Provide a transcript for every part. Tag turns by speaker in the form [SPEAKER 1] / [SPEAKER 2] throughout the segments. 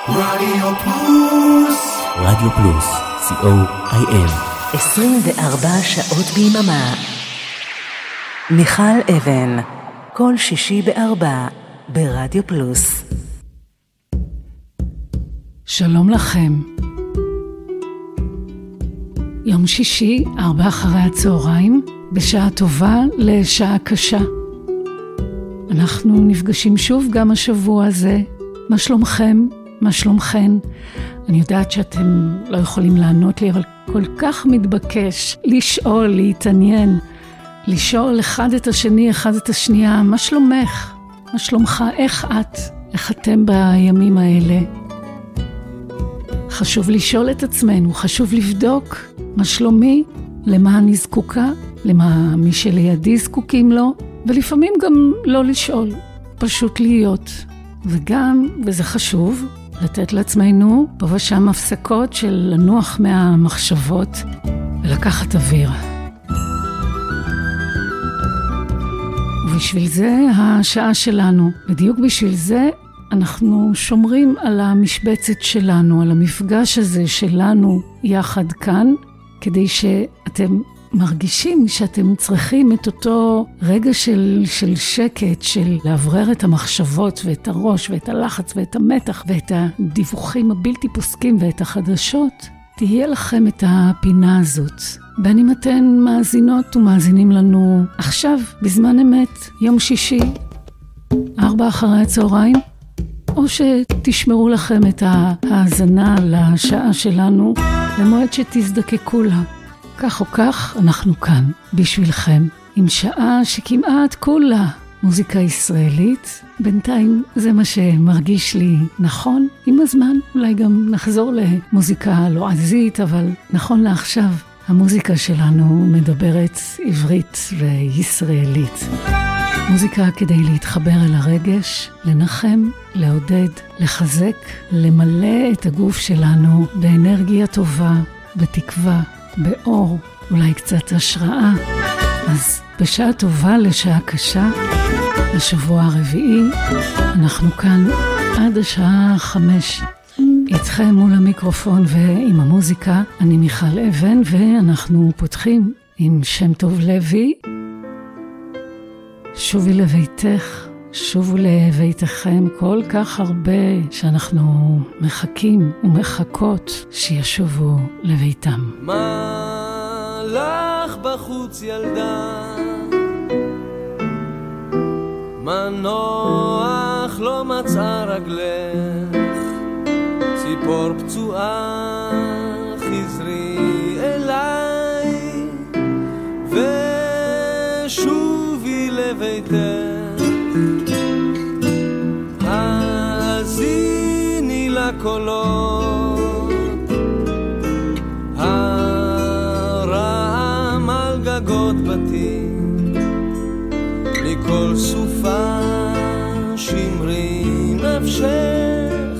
[SPEAKER 1] רדיו פלוס, רדיו פלוס, co.il
[SPEAKER 2] 24 שעות ביממה. מיכל אבן, כל שישי ב4 ברדיו פלוס.
[SPEAKER 3] שלום לכם. יום שישי, 4 אחרי הצהריים, בשעה טובה לשעה קשה. אנחנו נפגשים שוב גם השבוע הזה. מה שלומכם? מה שלומכן? אני יודעת שאתם לא יכולים לענות לי, אבל כל כך מתבקש לשאול, להתעניין, לשאול אחד את השני, אחד את השנייה, מה שלומך? מה שלומך? איך את? איך אתם בימים האלה? חשוב לשאול את עצמנו, חשוב לבדוק מה שלומי, למה אני זקוקה, למה מי שלידי זקוקים לו, ולפעמים גם לא לשאול, פשוט להיות. וגם, וזה חשוב, לתת לעצמנו פה ושם הפסקות של לנוח מהמחשבות ולקחת אוויר. ובשביל זה השעה שלנו, בדיוק בשביל זה אנחנו שומרים על המשבצת שלנו, על המפגש הזה שלנו יחד כאן, כדי שאתם מרגישים שאתם צריכים את אותו רגע של שקט, של לעברר את המחשבות ואת הראש ואת הלחץ ואת המתח ואת הדיווחים הבלתי פוסקים ואת החדשות. תהיה לכם את הפינה הזאת. בין אם אתן מאזינות ומאזינים לנו עכשיו, בזמן אמת, יום שישי, 4 אחרי הצהריים, או שתשמרו לכם את ההאזנה לשעה שלנו למועד שתזדקקו לה. כך או כך, אנחנו כאן בשבילכם, עם שעה שכמעט כולה מוזיקה ישראלית. בינתיים זה מה שמרגיש לי נכון. עם הזמן אולי גם נחזור למוזיקה לועזית, אבל נכון לעכשיו המוזיקה שלנו מדברת עברית וישראלית. מוזיקה כדי להתחבר אל הרגש, לנחם, לעודד, לחזק, למלא את הגוף שלנו באנרגיה טובה, בתקווה, באור, אולי קצת השראה. אז בשעה טובה לשעה קשה, השבוע הרביעי, אנחנו כאן עד השעה 5. איתכם מול המיקרופון ועם המוזיקה, אני מיכל אבן, ואנחנו פותחים עם שם טוב לוי. שובי לביתך, שובו לביתכם, כל כך הרבה שאנחנו מחכים ומחכות שישובו לביתם.
[SPEAKER 4] מה לך בחוץ ילדה? מה נוח לא מצאה רגלך? ציפור פצועה חזרי אליי ושובי לביתך. האזיני לקולות הרעם על גגות בתים, מכל סופה שמרי נפשך,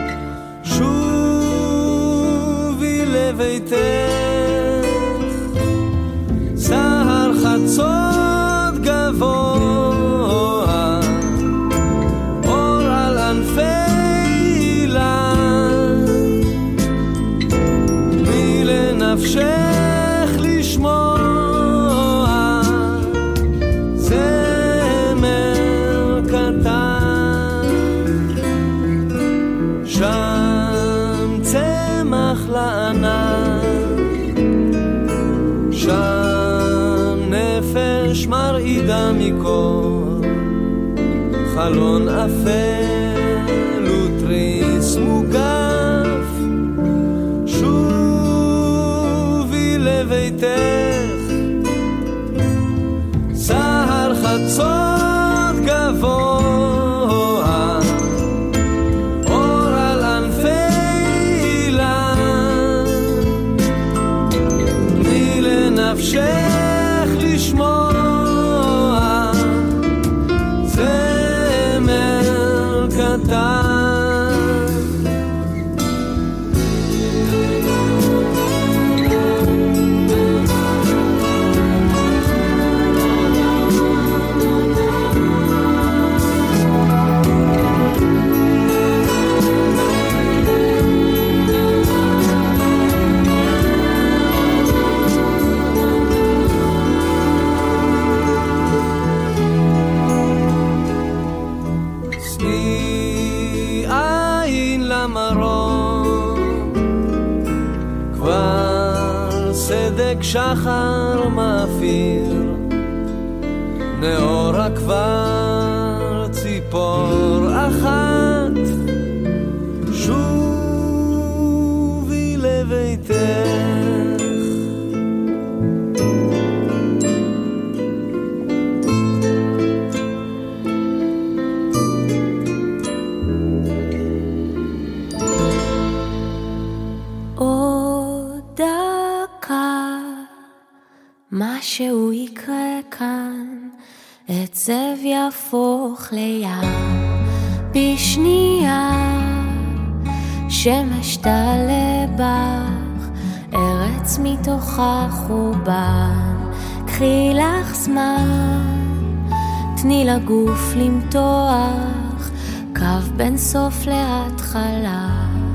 [SPEAKER 4] שובי לביתך. סהר חצות גבוה, אור על ענפי אילן, מי לנפשך לשמוע זמר קטן, שם צמח לענן, שם נפש מרעידה מכל, חלון אפל ותריס מוגף, שובי לביתך. סהר חצות גבוה, אור על ענפי אילן, מי לנפשך לשמוע זמר קטן. שאי עין למרום, כבר סדק שחר מאפיר, נאורה כבר ציפור אחת, שובי לביתך.
[SPEAKER 5] משהו יקרה כאן, עצב יהפוך לים בשנייה, שמש תעלה בך, ארץ מתוכה חורבן, קחי לך זמן, תני לגוף למתוח, קו בין סוף להתחלה,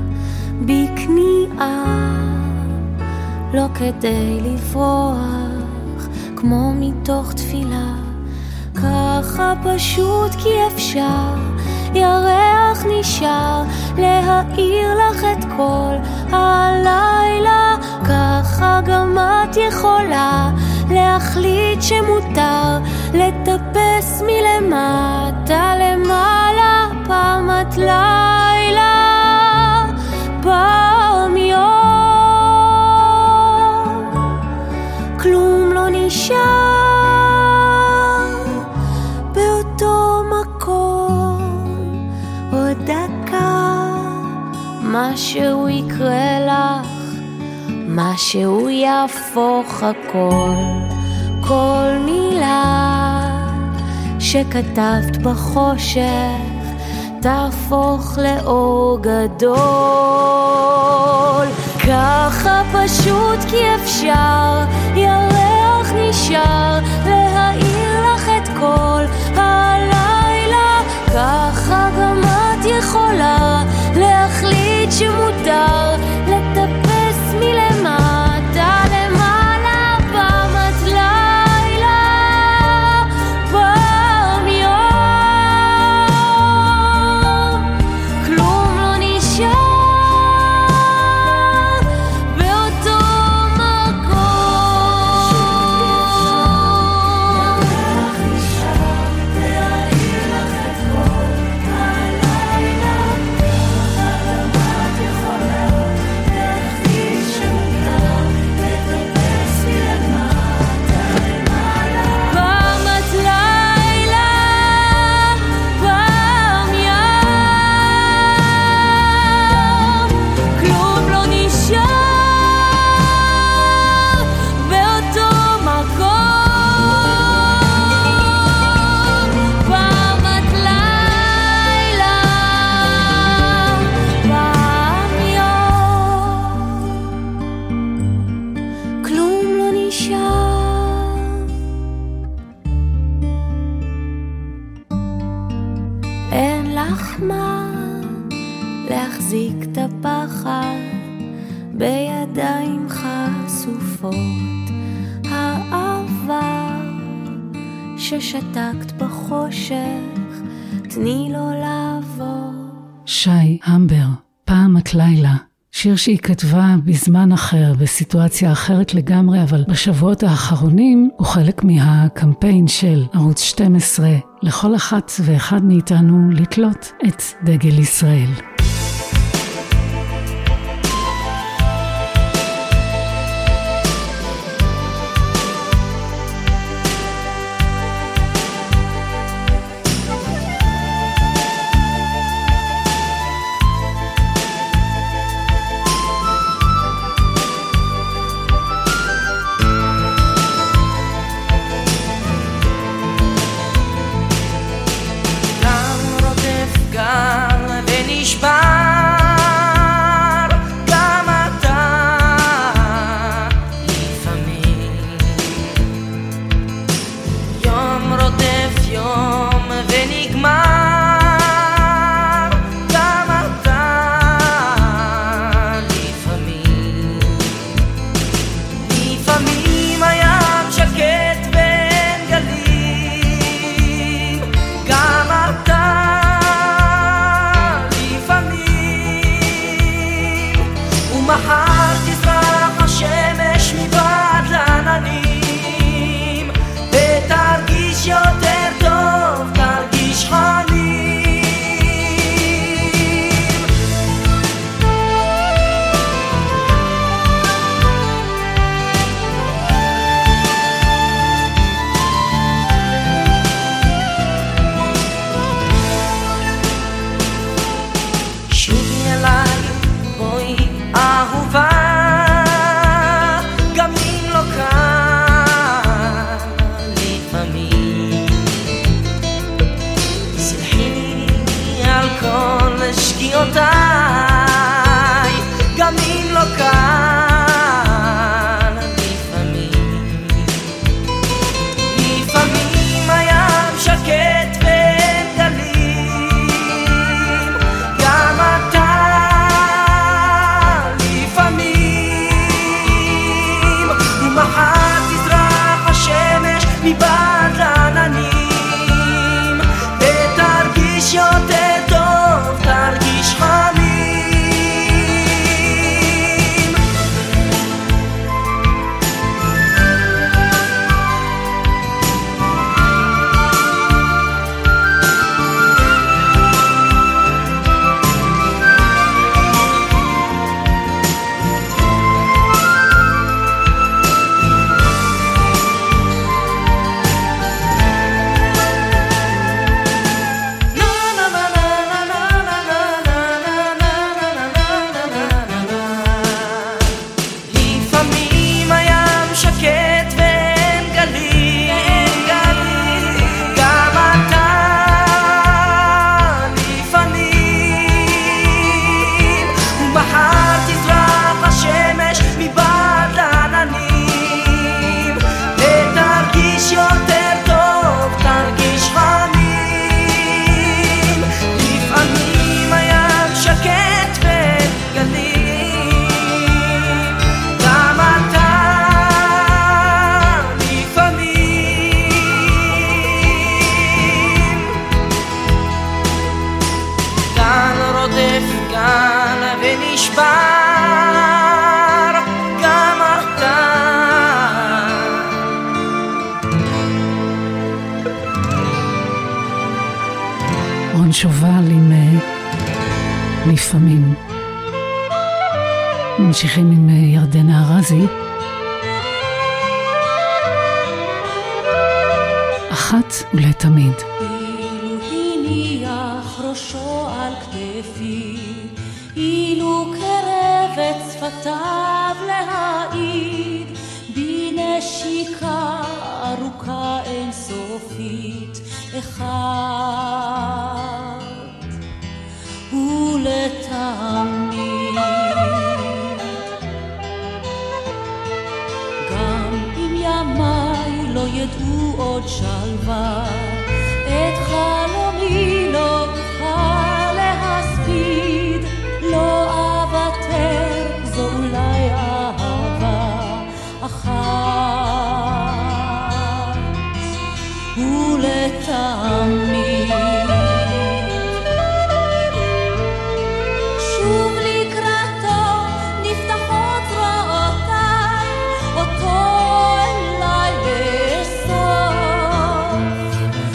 [SPEAKER 5] בכניעה, לא כדי לברוח, כמו מתוך תפילה, ככה פשוט כי אפשר, ירח נשאר להאיר לך את כל הלילה, ככה גם את יכולה להחליט שמותר לטפס מלמטה למעלה, פעם את לילה, פעם יום, כלום לא נשאר באותו מקום, עוד דקה משהו יקרה לך, משהו יהפוך הכל, כל מילה שכתבת בחושך תהפוך לאור גדול, ככה פשוט כי אפשר, ירח נשאר להאיר לך את כל הלילה, ככה גם את יכולה להחליט שמותר לטפס מלמטה למעלה, פעם את לילה, פעם יום, כלום לא נשאר באותו מקום, ירח נשאר להאיר לך את כל הלילה, ככה גם את יכולה להחליט שמותר לטפס מלמטה למעלה, פעם את לילה, פעם יום, כלום לא נשאר באותו מקום, פעם את לילה, פעם יום, כלום לא נשאר. אין לך מה להחזיק את הפחד בידיים חשופות, העבר ששתקת בחושך, תני לו לעבור.
[SPEAKER 3] שי המבר, פעם את לילה. שיר שהיא כתבה בזמן אחר, בסיטואציה אחרת לגמרי, אבל בשבועות האחרונים הוא חלק מהקמפיין של ערוץ 12, לכל אחת ואחד מאיתנו לתלות את דגל ישראל.
[SPEAKER 6] נשבע כל שגיאותיי, גם אם לא קל. לפעמים הים שקט ואין גלים, גם אתה לפעמים, ומחר תזרח השמש מבעד לעננים, ותרגיש יותר טוב, תרגיש חמים.
[SPEAKER 3] רון שובל עם לפעמים. ממשיכים עם ירדנה ארזי. אחת ולתמיד.
[SPEAKER 5] אילו הניח ראשו על כתפי, אילו קרב את שפתיו להעיד, בנשיקה ארוכה אינסופית, אחד ולתמיד. גם אם ימיי לא ידעו עוד שלווה, את חלומי לא אוכל להספיד, לא אוותר, זו אולי אהבה אחת ולתמיד. שוב לקראתו נפתחות זרועותיי, אותו אליי לאסוף,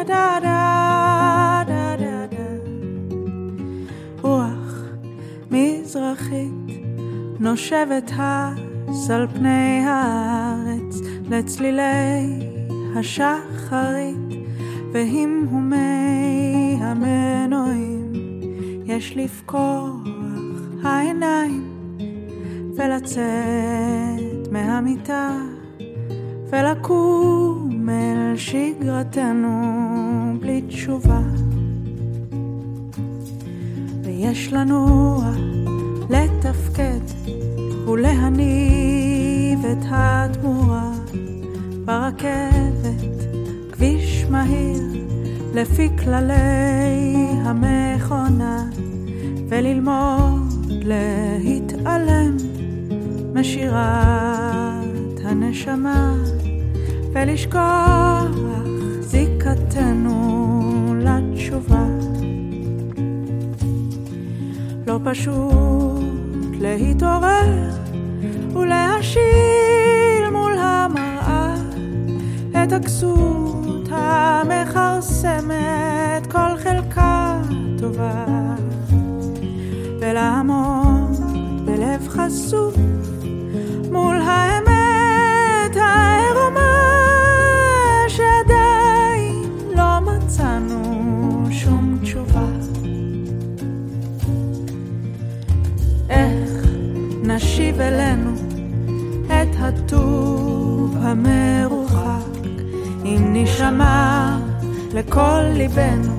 [SPEAKER 7] דה דה דה דה דה. רוח מזרחית נושבת על פני הארץ לצלילי השחרית והמהומי המנועים. יש לפקוח העיניים ולצאת מהמיטה ולקום אל שגרתנו בלי תשובה. ויש לנו לתפקד ולהניב את התמורה ברכבת, כביש מהיר לפי כללי המכונה, וללמוד להתעלם משירת הנשמה ולשכוח זיקתנו לתשובה. לא פשוט להתעורר ולהשיל מול המראה את הכסות המחרסמת כל חלקה טובה, ולעמוד בלב חשוף מול האמת העירומה שעדיין לא מצאנו שום תשובה. איך נשיב אלינו את הטוב המרוחק, אם נשמע לכל ליבנו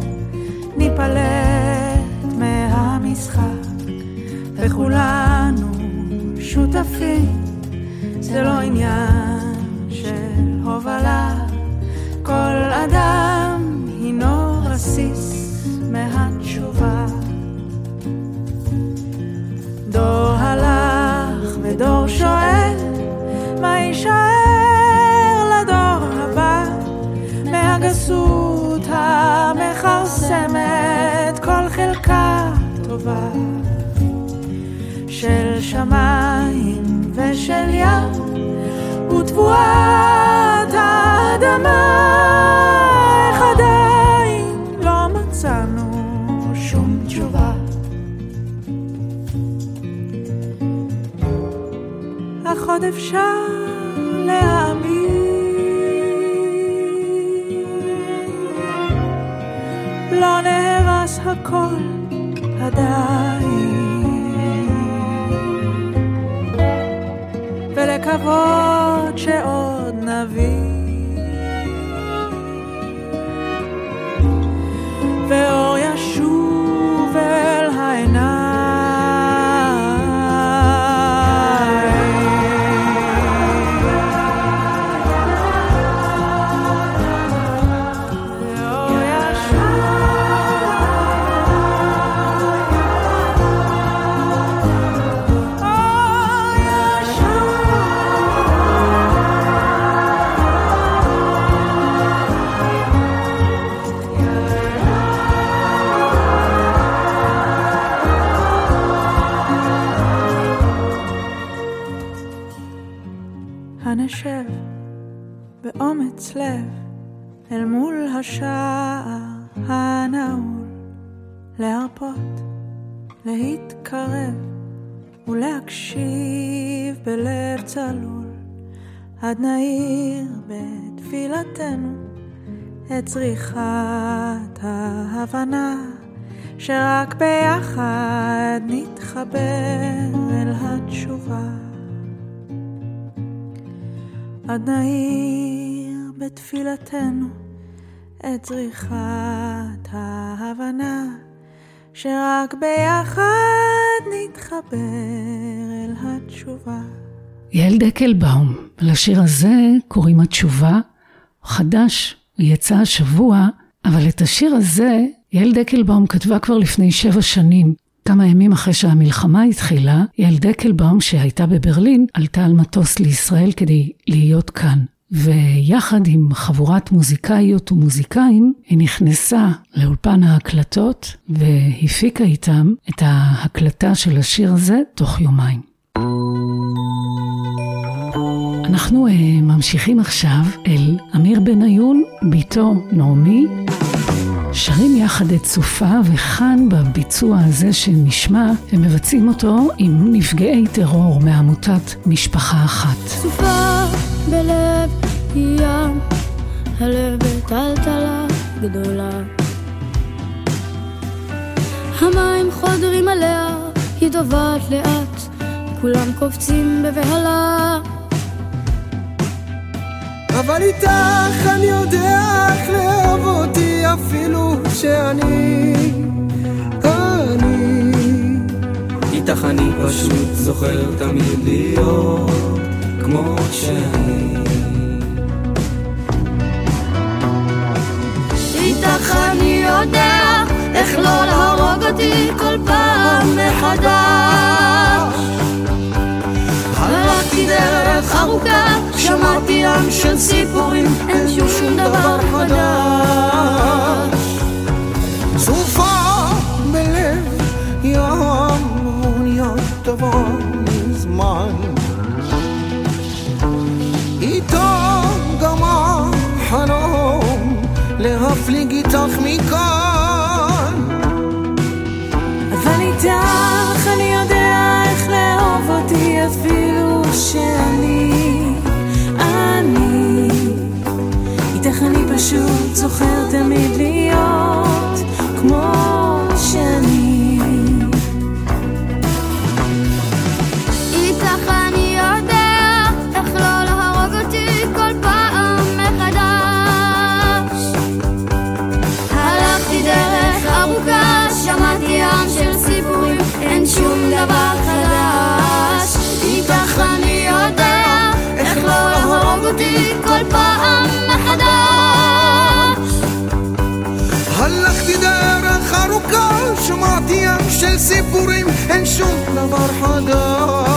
[SPEAKER 7] ניפלט מהמשחק וכולנו שותפים. זה לא עניין של הובלה, כל אדם הינו רסיס מהתשובה. דור הלך ודור שואל מה יישאר לדור הבא מהגסות המחרסמת כל חלקה טובה של שמיים ושל ים ותבואת האדמה. איך עדיין לא מצאנו שום תשובה. אך עוד אפשר להאמין, לא נהרס הכל עדיין, ולקוות שעוד נביא ואור ישוב אל העיניים. הנשב באומץ לב אל מול השער הנעול, להרפות, להתקרב ולהקשיב בלב צלול, עד נעיר בתפילתנו את צריכת ההבנה, שרק ביחד נתחבר אל התשובה. עד נעיר בתפילתנו את צריכת ההבנה, שרק ביחד נתחבר אל התשובה.
[SPEAKER 3] יעל דקלבאום, לשיר הזה קוראים התשובה, חדש, הוא יצא השבוע, אבל את השיר הזה יעל דקלבאום כתבה כבר לפני 7 שנים, כמה ימים אחרי שהמלחמה התחילה. יעל דקלבאום שהייתה בברלין עלתה על מטוס לישראל כדי להיות כאן, ויחד עם חבורת מוזיקאיות ומוזיקאים היא נכנסה לאולפן ההקלטות והפיקה איתם את ההקלטה של השיר הזה תוך יומיים. אנחנו ממשיכים עכשיו אל אמיר בניון, ביתו נעמי. שרים יחד את סופה, וכאן בביצוע הזה שנשמע, הם מבצעים אותו עם נפגעי טרור מעמותת משפחה אחת.
[SPEAKER 8] סופה בלב ים, הלב בטלטלה גדולה, המים חודרים עליה, היא טובעת לאט, כולם קופצים בבהלה.
[SPEAKER 4] אבל איתך אני יודע איך לאהוב אותי, אפילו שאני איתך אני פשוט זוכר תמיד להיות כמו שאני.
[SPEAKER 8] איתך אני יודע איך לא להרוג אותי כל פעם מחדש. הלכתי דרך ארוכה, שמעתי ים של סיפורים, אין שום דבר חדש.
[SPEAKER 4] סופה בלב ים, אוניית דבר מזמן, איתו גם החלום להפליג איתך מכאן.
[SPEAKER 7] אבל איתך אני יודע איך לאהוב אותי, אפילו שאני איתך אני פשוט זוכר תמיד להיות כמו שאני.
[SPEAKER 8] איתך אני יודע איך לא להרוג אותי כל פעם מחדש. הלכתי דרך ארוכה, שמעתי ים של סיפורים, אין שום דבר חדש. איתך אני יודע איך לא להרוג אותי כל פעם מחדש.
[SPEAKER 4] הלכתי דרך ארוכה, שמעתי ים של סיפורים, אין שום דבר חדש.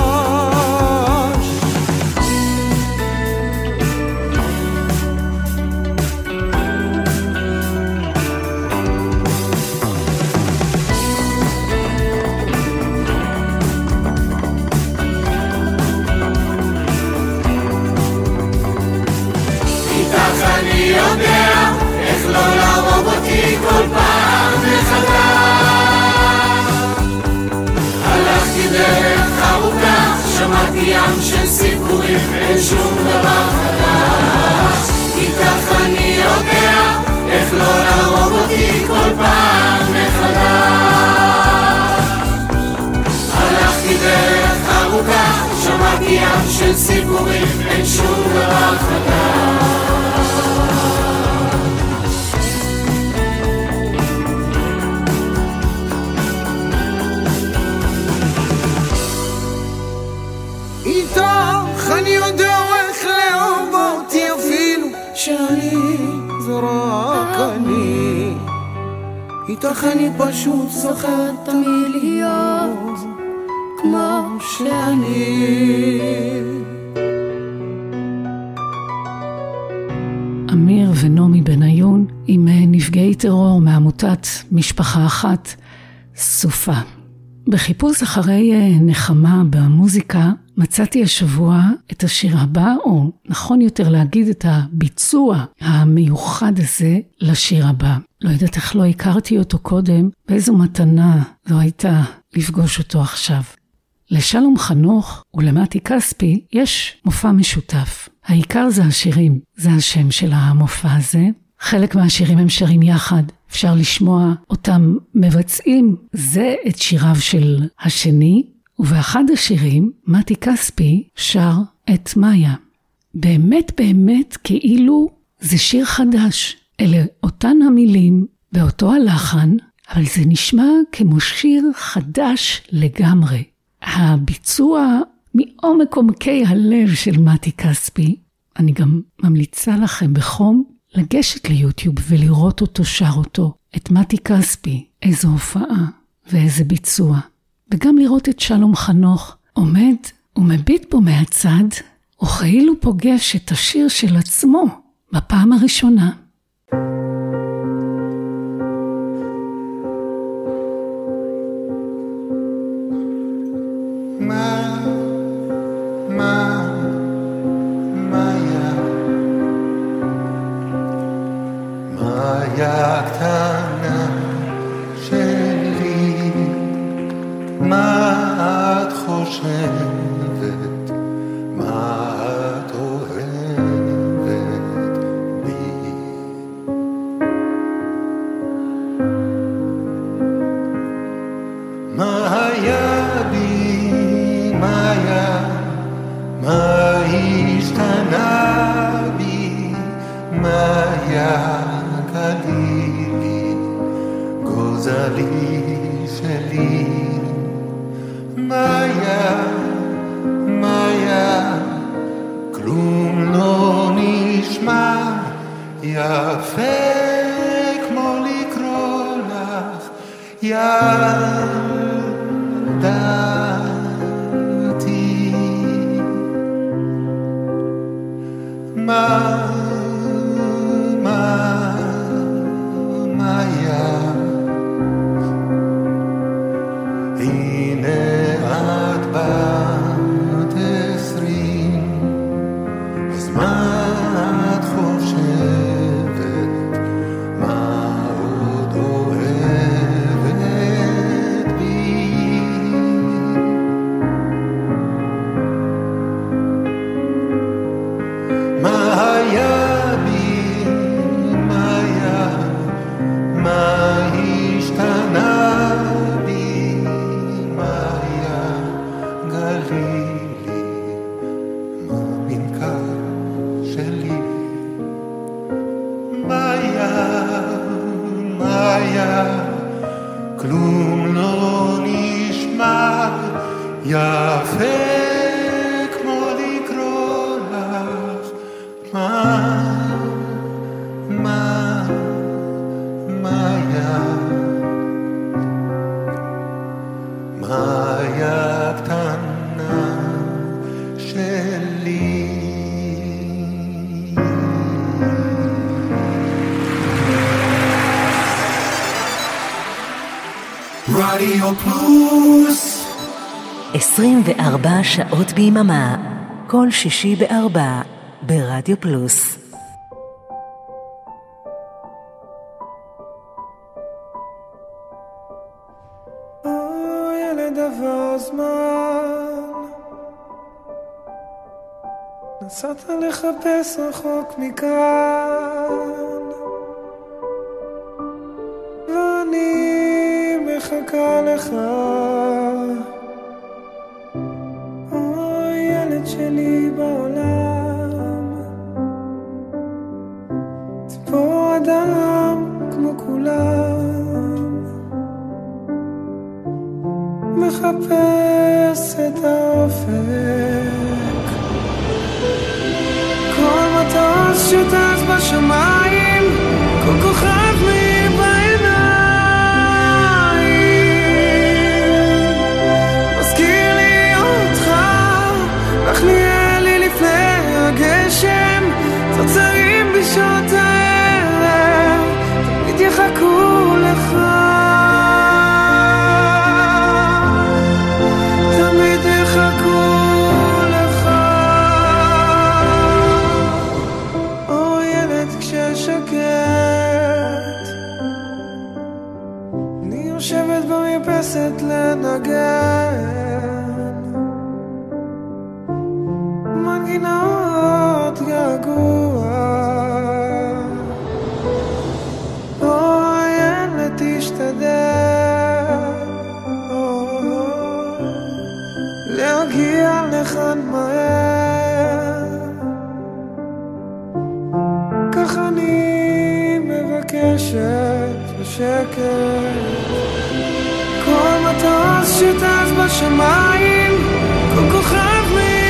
[SPEAKER 6] אני יודע איך לא להרוג אותי כל פעם מחדש. הלכתי דרך ארוכה, שמעתי ים של סיפורים, אין שום דבר חדש. איתך אני יודע איך לא להרוג אותי כל פעם מחדש. הלכתי דרך ארוכה, שמעתי ים של סיפורים, אין שום דבר חדש.
[SPEAKER 4] אני יודע איך לאהוב אותי, אפילו שאני זה רק אני. איתך אני פשוט זוכר תמיד להיות כמו שאני.
[SPEAKER 3] אמיר ונעמי בניון עם נפגעי טרור מעמותת משפחה אחת, סופה. בחיפוש אחרי נחמה במוזיקה מצאתי השבוע את השיר הבא, או נכון יותר להגיד את הביצוע המיוחד הזה לשיר הבא. לא יודעת איך לא הכרתי אותו קודם, באיזו מתנה זו הייתה לפגוש אותו עכשיו. לשלום חנוך ולמתי כספי יש מופע משותף. העיקר זה השירים, זה השם של המופע הזה. חלק מהשירים הם שרים יחד, אפשר לשמוע אותם מבצעים זה את שיריו של השני, ובאחד השירים מתי כספי שר את מאיה. באמת באמת כאילו זה שיר חדש, אלה אותן המילים באותו הלחן, אבל זה נשמע כמו שיר חדש לגמרי. הביצוע מעומק עומקי הלב של מתי כספי, אני גם ממליצה לכם בחום לגשת ליוטיוב ולראות אותו שר אותו, את מתי כספי, איזו הופעה ואיזה ביצוע. וגם לראות את שלום חנוך עומד ומביט בו מהצד, וכאילו פוגש את השיר של עצמו בפעם הראשונה.
[SPEAKER 9] מאיה קטנה שלי, מה את חושבת, מה את אוהבת בי? מה היה בי, מה היה, מה השתנה בי, מה היה גלילי, גוזלי שלי, מה היה, כלום לא נשמע יפה כמו לקרוא לך ילדתי. מה היה, הנה את בת 20, אז מה את חושבת, מה עוד אוהבת בי? מה היה בי, מה היה, מה השתנה בי, מה היה גלילי, מה מנכר שלי, מה היה, כלום לא נשמע יפה כמו לקרוא לך מאיה קטנה שלי.
[SPEAKER 1] רדיו פלוס
[SPEAKER 2] 24 שעות ביממה, כל שישי ב4 ברדיו פלוס.
[SPEAKER 4] עבר זמן, נסעת לחפש רחוק מכאן, ואני מחכה לך, ילד שלי בעולם, ציפור אדם כמו כולם, מחפש את האופק, כל מטוס שטס בשמיים, כל כוכב בעיניים, מזכיר לי אותך, לך נהיה לי לפני הגשם, צוצרים בשעות הערב, תמיד יחכו לך, תמיד יחכו לך. או ילד כששקט, אני יושבת במרפסת לנגן מנגינות געגוע. או ילד תשתדל להגיע לכאן מהר, כך אני מבקשת בשקט, כל מטוס שטס בשמיים, כל כוכב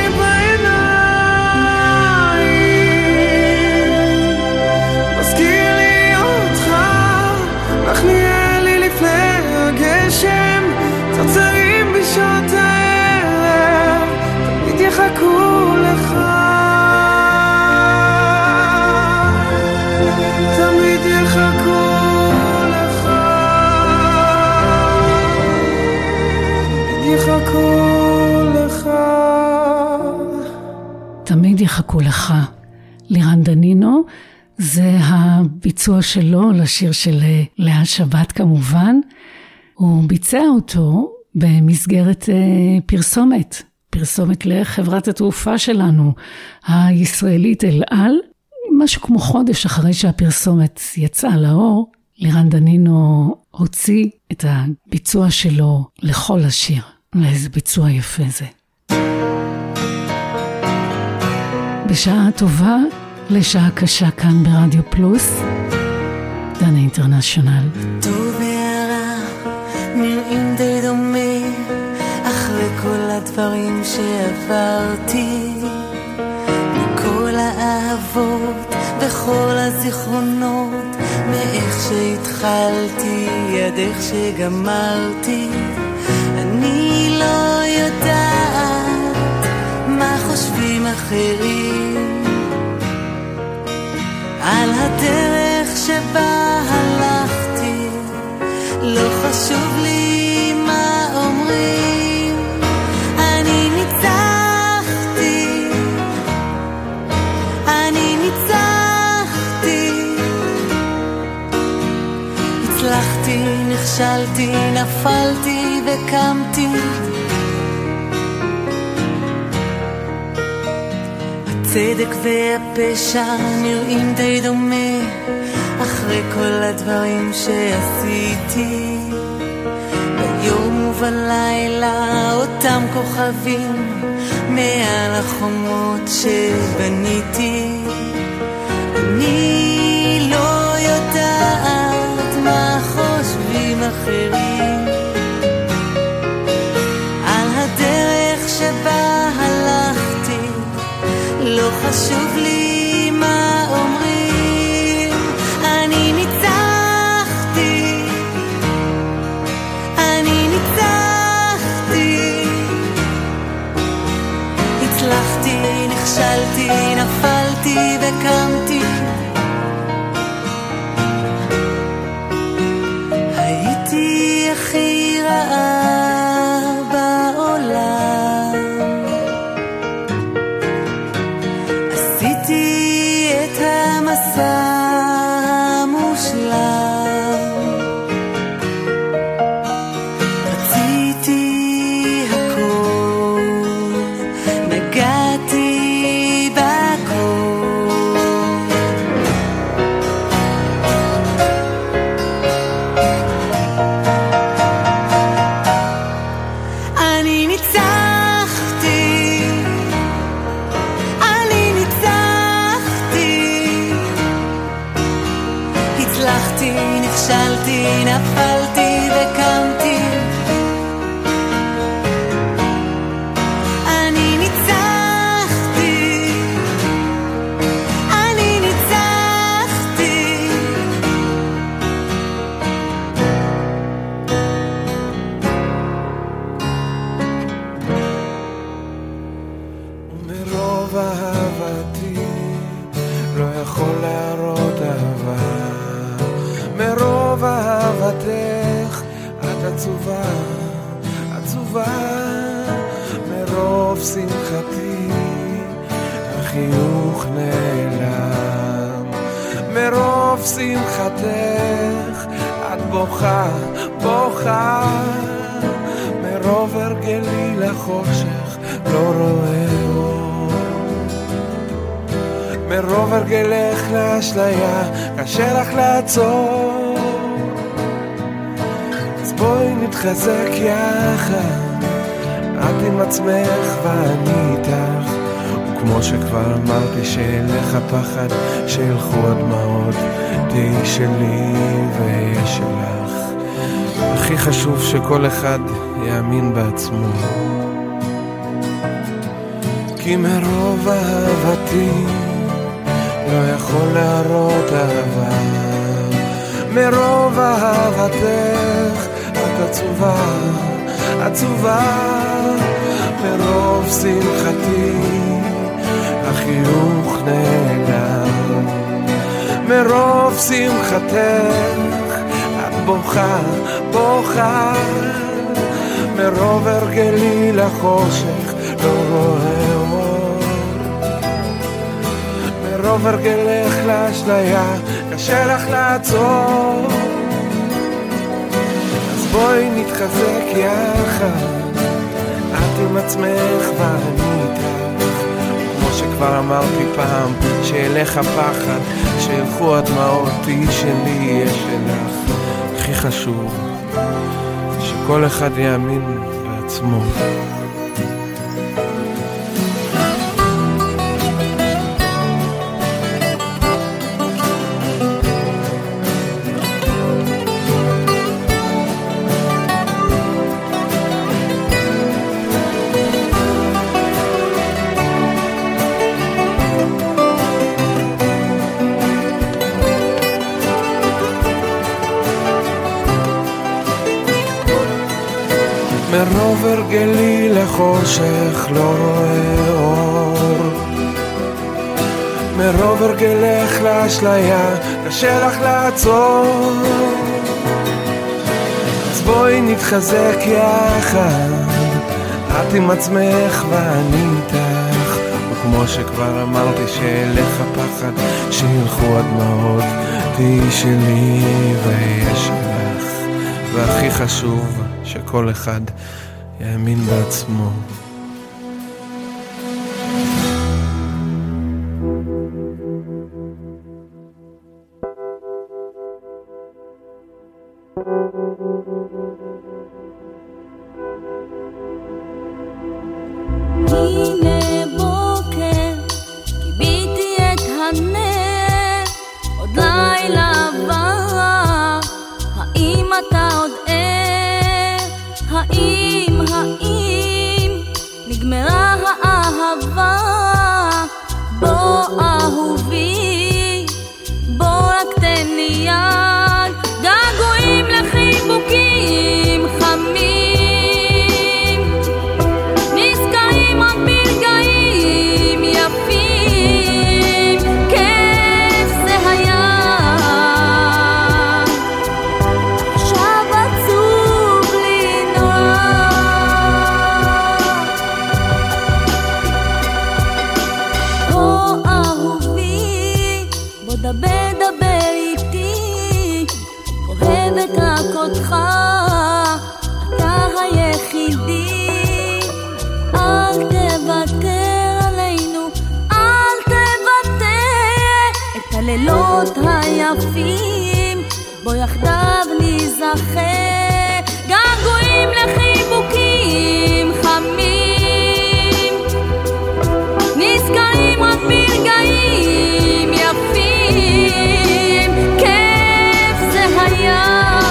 [SPEAKER 4] בעיניים, מזכיר לי אותך, לך נהיה לי לפני הגשם, צוצרים בשעות הערב, תמיד יחכו לך, תמיד יחכו לך, תמיד יחכו לך,
[SPEAKER 3] תמיד יחכו לך. לירן דנינו, זה הביצוע שלו לשיר של לאה שבת כמובן. הוא ביצע אותו במסגרת פרסומת לחברת התעופה שלנו, הישראלית אל על. משהו כמו חודש אחרי שהפרסומת יצאה לאור, לירן דנינו הוציא את הביצוע שלו לכל השיר. איזה ביצוע יפה זה. בשעה טובה לשעה קשה כאן ברדיו פלוס, דנה אינטרנשיונל.
[SPEAKER 7] טוב והרע נראים די דומה, אחרי כל הדברים שעברתי, מכל האהבות וכל הזיכרונות, מאיך שהתחלתי עד איך שגמרתי. אני לא יודעת מה חושבים אחרים על הדרך שבה הלכתי, לא חשוב לי מה אומרים. אני ניצחתי, אני ניצחתי, הצלחתי, נכשלתי, נפלתי וקמתי. הצדק והפשע נראים די דומה, אחרי כל הדברים שעשיתי. ביום ובלילה אותם כוכבים מעל החומות שבניתי. אני לא יודעת מה חושבים אחרים על הדרך שבה הלכתי, לא חשוב לי מה אומרים. אני ניצחתי, אני ניצחתי, הצלחתי, נכשלתי, נפלתי וקמתי. הייתי הכי רעה בעולם, עשיתי את המסע המושלם, רציתי הכל, נגעתי בכל. אני ניצחתי, אני ניצחתי, הצלחתי, נכשלתי, נפלתי וקמתי. אני ניצחתי, אני ניצחתי.
[SPEAKER 9] מרוב אהבתי לא יכול להראות אהבה, מרוב אהבתך את עצובה, עצובה, מרוב שמחתי החיוך נעלם, מרוב שמחתך את בוכה, בוכה, מרוב הרגלי לחושך לא רואה אור, מרוב הרגלך לאשליה קשה לך לעצור. אז בואי נתחזק יחד, את עם עצמך ואני איתך, וכמו שכבר אמרתי שאלך הפחד, שילכו הדמעות, תהי שלי ואהיה שלך. הכי חשוב שכל אחד יאמין בעצמו, כי מרוב אהבתי לא יכול להראות אהבה, מרוב אהבתך את עצובה, עצובה, מרוב שמחתי החיוך נעלם, מרוב שמחתך את בוכה, בוכה, מרוב הרגלי לחושך לא רואה אור, מרוב הרגלך לאשליה קשה לך לעצור, אז בואי נתחזק יחד, את עם עצמך ואני איתך, כמו שכבר אמרתי פעם, שילך הפחד, שילכו הדמעות, היא שלי, יהיה שלך. הכי חשוב שכל אחד יאמין בעצמו. מרוב הרגלי לחושך לא רואה אור, מרוב הרגלך לאשליה קשה לך לעצור, אז בואי נתחזק יחד, את עם עצמך ואני איתך, וכמו שכבר אמרתי שילך הפחד, שילכו הדמעות, תהי שלי ויהיה שלך, והכי חשוב שכל אחד יאמין בעצמו.
[SPEAKER 5] הנה בוקר, קיביתי את הנר, עוד לילה עבר, האם אתה עוד האם נגמרה האהבה? בוא אהובי, בוא רק תן לי יד, געגועים לחיבוקים חמים, נזכרים רק ברגעים יפים, כיף זה היה, עכשיו עצוב לי דבר איתי, אוהבת רק אותך, אתה היחידי, אל תוותר עלינו, אל תוותר, את הלילות היפים, בוא יחדיו נזכר, געגועים לחיבוקים חמים, נזכרים רק ברגעים יפים, כיף זה היה,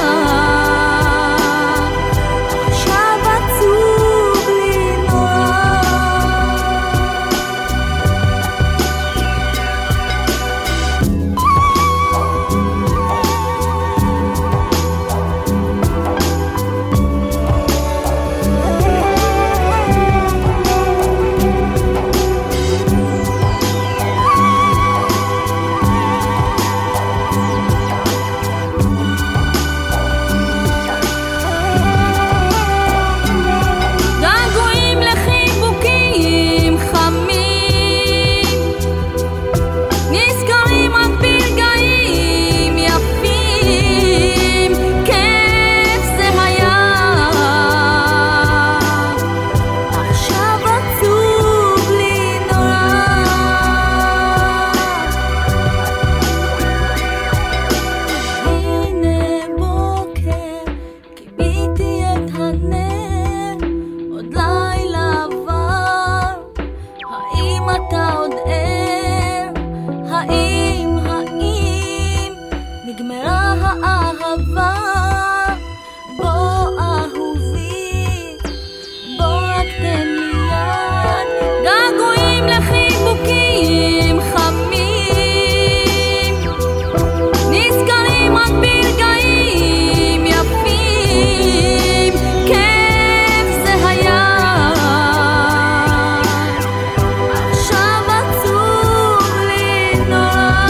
[SPEAKER 5] עכשיו עצוב לי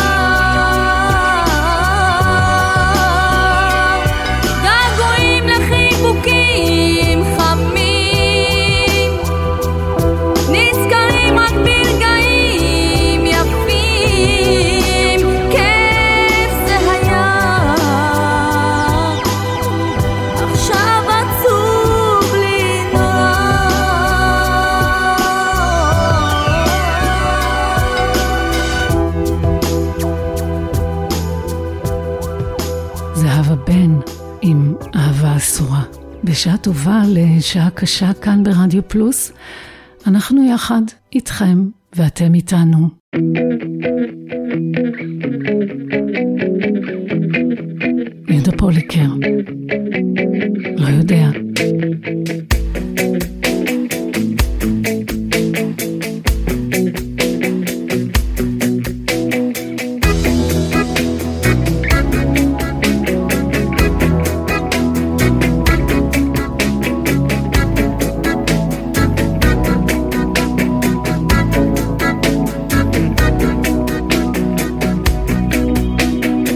[SPEAKER 5] נורא, געגועים לחיבוקים
[SPEAKER 3] זהבה בן עם אהבה אסורה. בשעה טובה לשעה קשה כאן ברדיו פלוס, אנחנו יחד איתכם ואתם איתנו. יהודה פוליקר, לא יודע.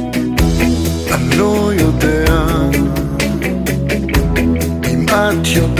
[SPEAKER 10] את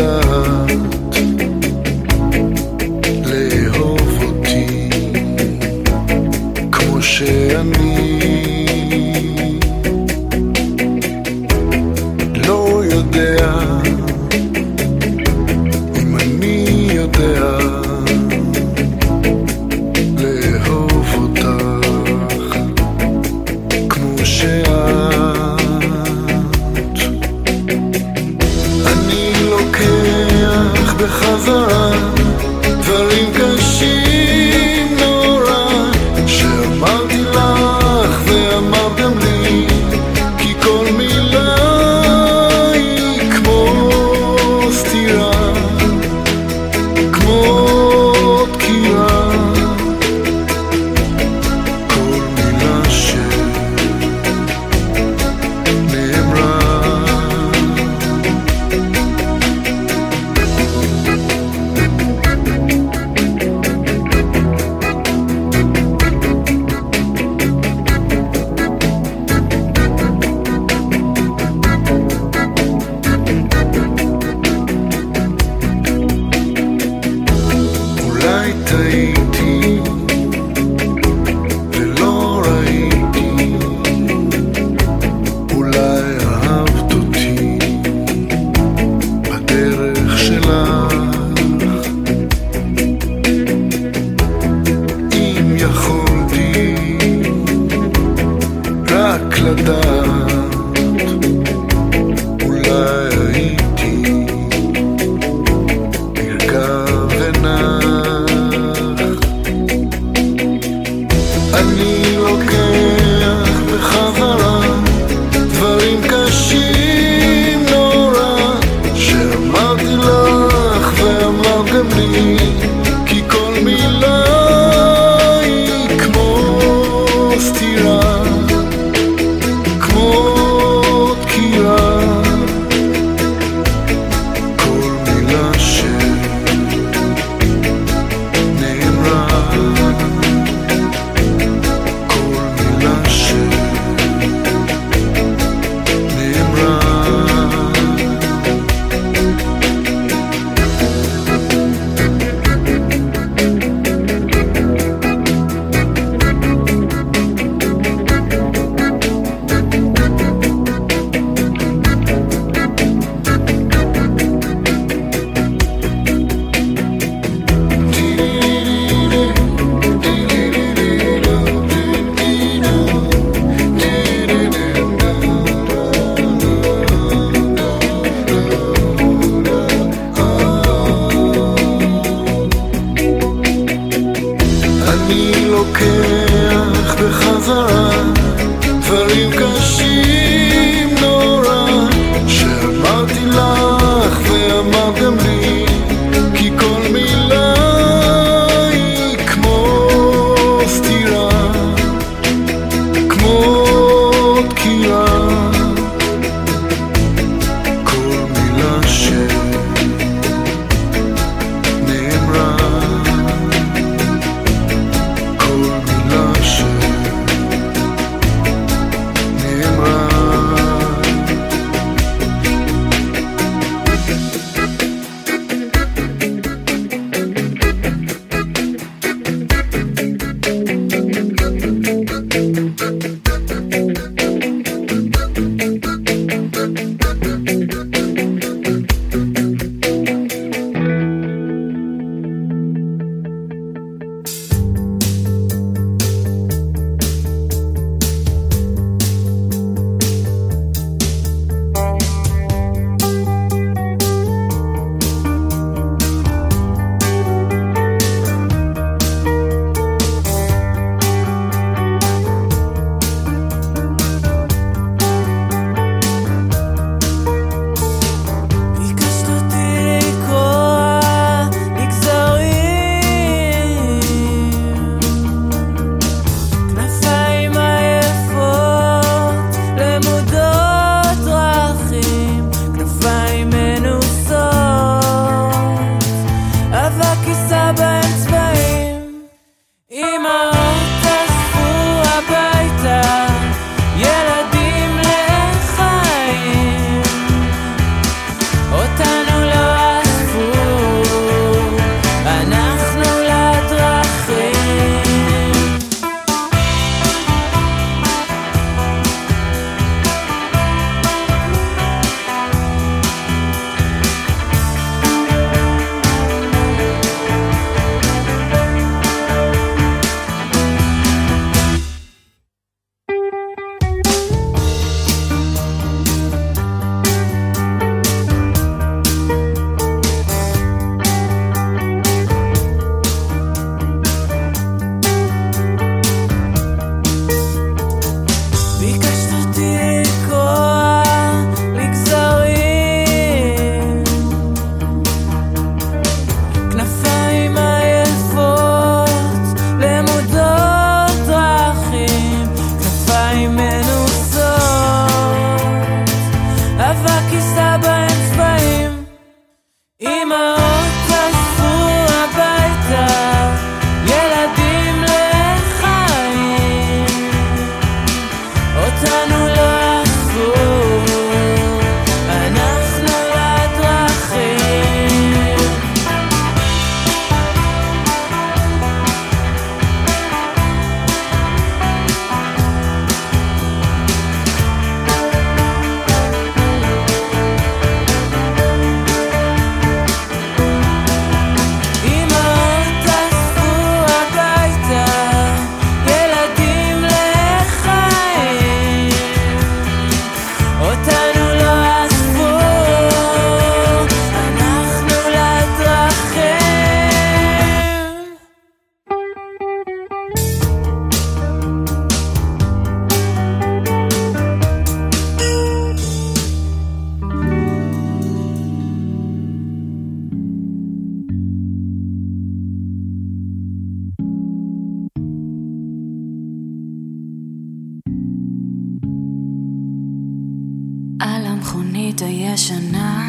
[SPEAKER 10] המכונית הישנה,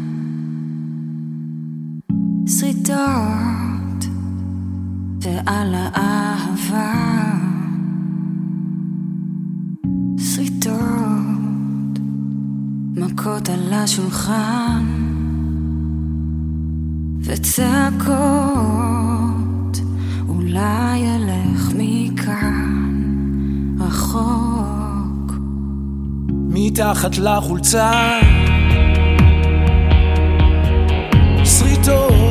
[SPEAKER 10] שריטות ועל האהבה, שריטות, מכות על השולחן וצעקות, אולי ילך מכאן רחוק.
[SPEAKER 9] מתחת לחולצה שריטות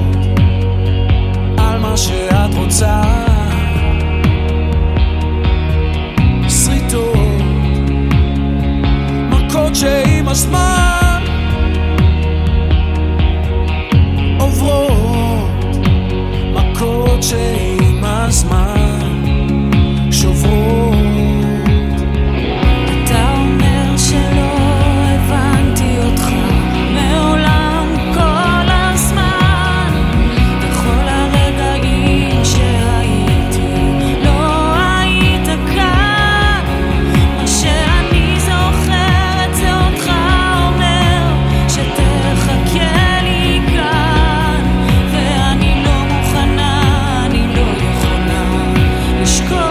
[SPEAKER 9] על מה שאת רוצה, שריטות, מכות שעם הזמן עוברות, מכות שעם הזמן שוברות.
[SPEAKER 10] אתה אומר שלא הבנתי אותך מעולם כל הזמן, בכל הרגעים שהייתי לא היית כאן. מה שאני זוכרת זה אותך אומר שתחכה לי כאן, ואני לא מוכנה, אני לא יכולה לשכוח.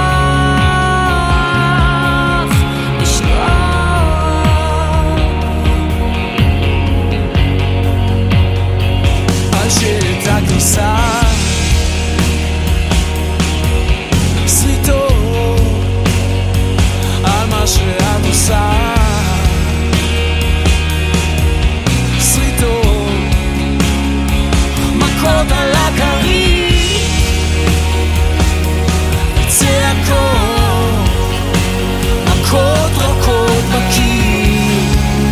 [SPEAKER 9] שריטות על מה שאת עושה, שריטות, מכות על הכרית וצעקות, מכות רכות בקיר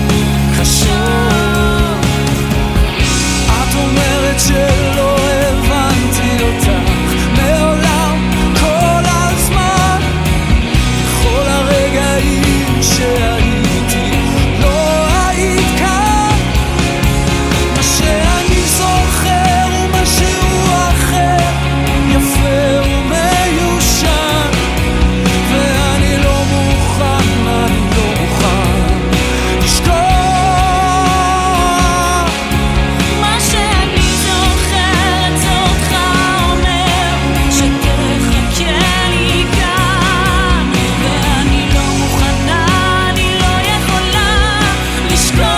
[SPEAKER 9] קשות. את אומרת שלא הבנתי אותך מעולם כל הזמן, בכל הרגעים שהייתי לא היית כאן. מה שאני זוכר הוא משהו אחר, יפה ומיושן, ואני לא מוכן, אני לא מוכן לשכוח.
[SPEAKER 10] מה שאני זוכרת זה אותך אומר שתחכה לי כאן, ואני לא מוכנה, אני לא יכולה לשכוח,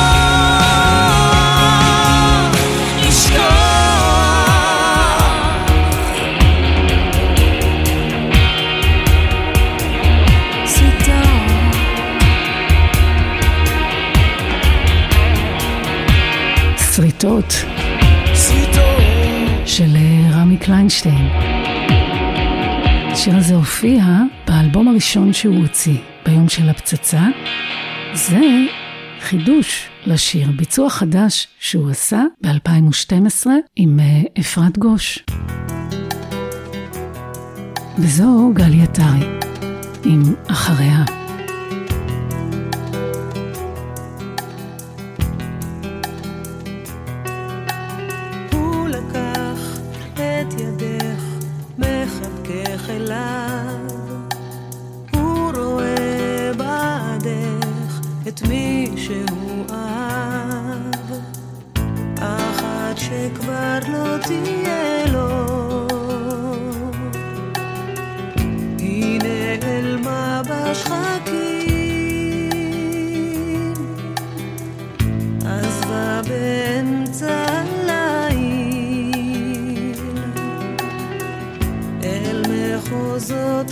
[SPEAKER 10] לשכוח.
[SPEAKER 3] שריטות
[SPEAKER 9] שריטות
[SPEAKER 3] של רמי קליינשטיין. השיר הזה הופיע באלבום הראשון שהוא הוציא ביום של הפצצה. זה חידוש לשיר, ביצוע חדש שהוא עשה ב-2012 עם אפרת גוש. וזו גלי עטרי עם אחריה.
[SPEAKER 11] הוא לקח את ידך, מחבקך אליו, הוא רואה בעדך את מי שהוא אהב, אך עד שכבר לא תהיה לו, היא נעלמה בשחקים, עזבה באמצע הליל אל מחוזות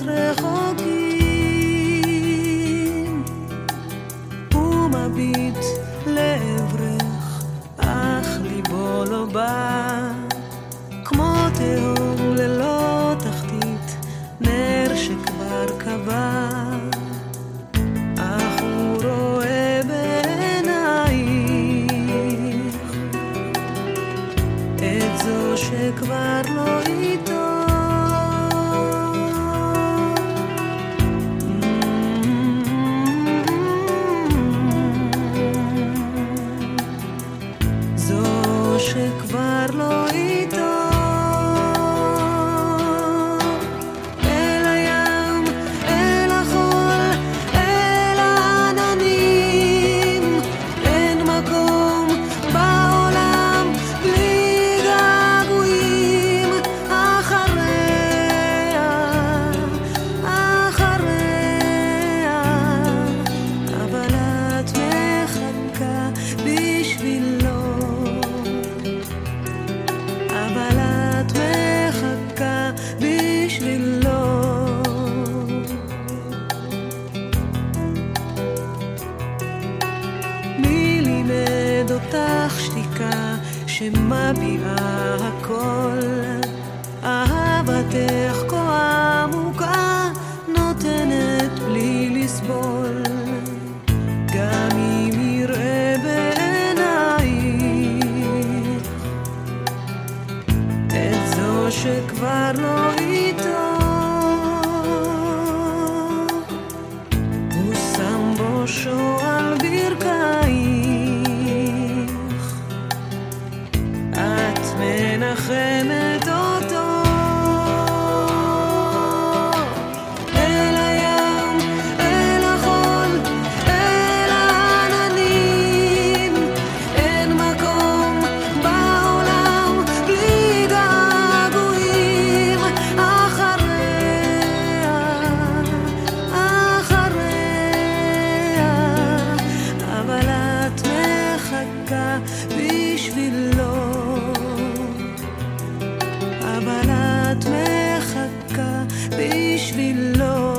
[SPEAKER 11] רחוקים, הוא מביט לעברך אך ליבו לא בא, כמו תהום ללא תחתית, נר שכבר קבע, אך הוא רואה בעינייך את זו שכבר לא איתו. זו שכבר לא שמביעה הכל, אהבתך כה עמוקה, נותנת בלי לסבול, גם אם יראה בעינייך את זו שכבר לא איתו. הוא שם בושו על ברכייך, את מנחמת אותו. אל הים, אל החול, אל העננים, אין מקום בעולם בלי געגועים. אחריה, אחריה, אבל את מחכה בשבילו, אבל את מחכה בשבילו.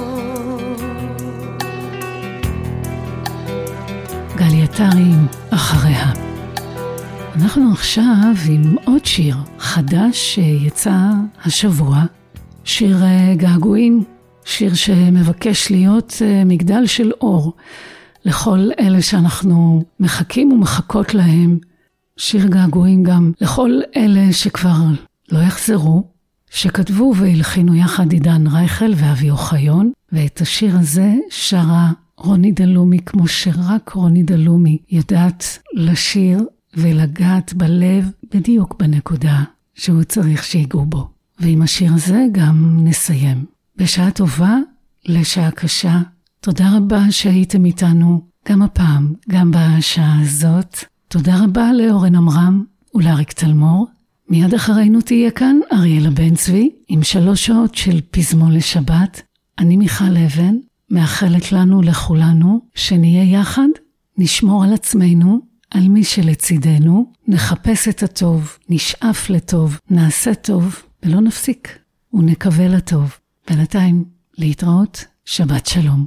[SPEAKER 3] גלי עטרי, אחריה. אנחנו עכשיו עם עוד שיר חדש שיצא השבוע, שיר געגועים, שיר שמבקש להיות מגדל של אור לכל אלה שאנחנו מחכים ומחכות להם, שיר געגועים גם לכל אלה שכבר לא יחזרו, שכתבו והלחינו יחד עידן רייכל ואבי אוחיון, ואת השיר הזה שרה רוני דלומי כמו שרק רוני דלומי יודעת לשיר ולגעת בלב בדיוק בנקודה שהוא צריך שיגעו בו. ועם השיר הזה גם נסיים. בשעה טובה לשעה קשה, תודה רבה שהייתם איתנו גם הפעם, גם בשעה הזאת. תודה רבה לאורן אמרם ולאריק תלמור. מיד אחרינו תהיה כאן אריאלה בן צבי עם 3 שעות של פזמון לשבת. אני מיכל אבן, מאחלת לנו לכולנו שנהיה יחד, נשמור על עצמנו, על מי שלצידנו, נחפש את הטוב, נשאף לטוב, נעשה טוב ולא נפסיק ונקווה לטוב. בינתיים להתראות, שבת שלום.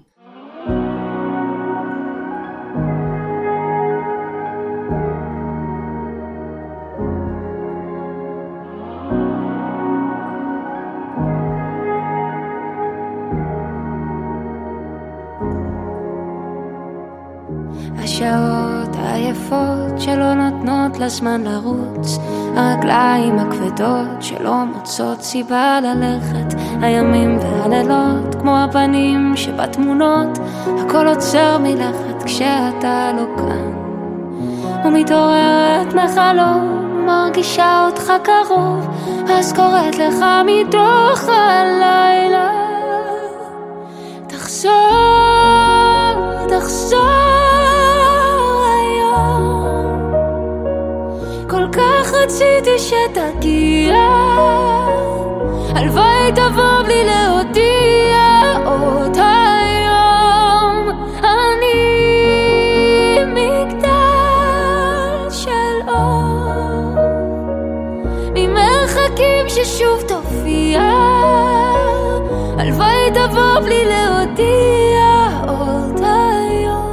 [SPEAKER 12] השעות היפות שלא נותנות לזמן לרוץ, הרגליים הכבדות שלא מוצאות סיבה ללכת, הימים והלילות כמו הפנים שבתמונות, הכל עוצר מלכת כשאתה לא כאן, ומתעוררת מחלום, מרגישה אותך קרוב, אז קוראת לך מתוך הלילה, תחזור, תחזור כל כך רציתי שתגיע, הלוואי תבוא בלי להודיע עוד היום. אני מגדל של אור, ממרחקים ששוב תופיע, הלוואי תבוא בלי להודיע עוד היום.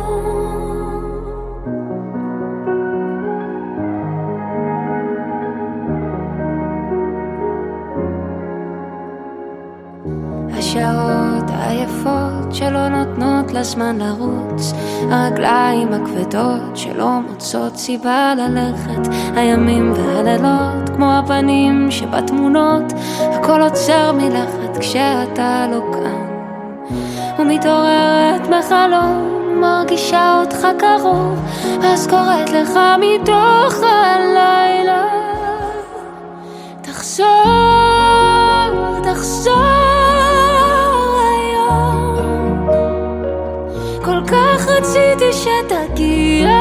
[SPEAKER 12] השעות היפות שלא נותנות לזמן לרוץ, הרגליים הכבדות שלא מוצאות סיבה ללכת, הימים והלילות כמו הפנים שבתמונות, הכל עוצר מלכת כשאתה לא כאן, ומתעוררת מחלום, מרגישה אותך קרוב, אז קוראת לך מתוך הלילה, תחזור, תחזור היום, כל כך רציתי שתגיע,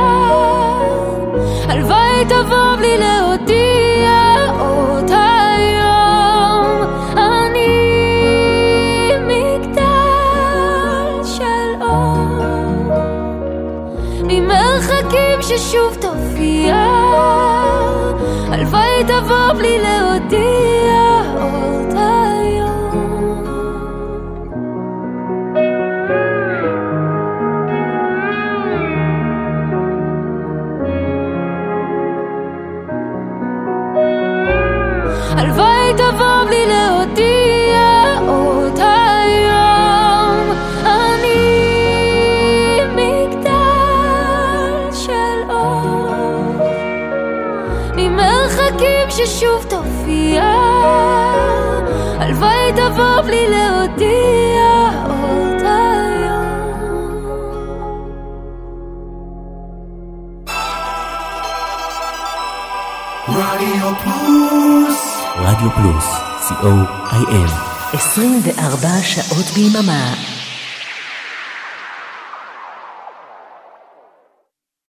[SPEAKER 12] הלוואי תבוא בלי להודיע עוד היום. אני מגדל של אור, ממרחקים ששוב תופיע, הלוואי תבוא בלי להודיע עוד היום. ששוב תופיע, הלוואי תבוא בלי להודיע עוד היום.
[SPEAKER 1] רדיו פלוס,
[SPEAKER 13] רדיו פלוס, co.il
[SPEAKER 2] 24 שעות ביממה.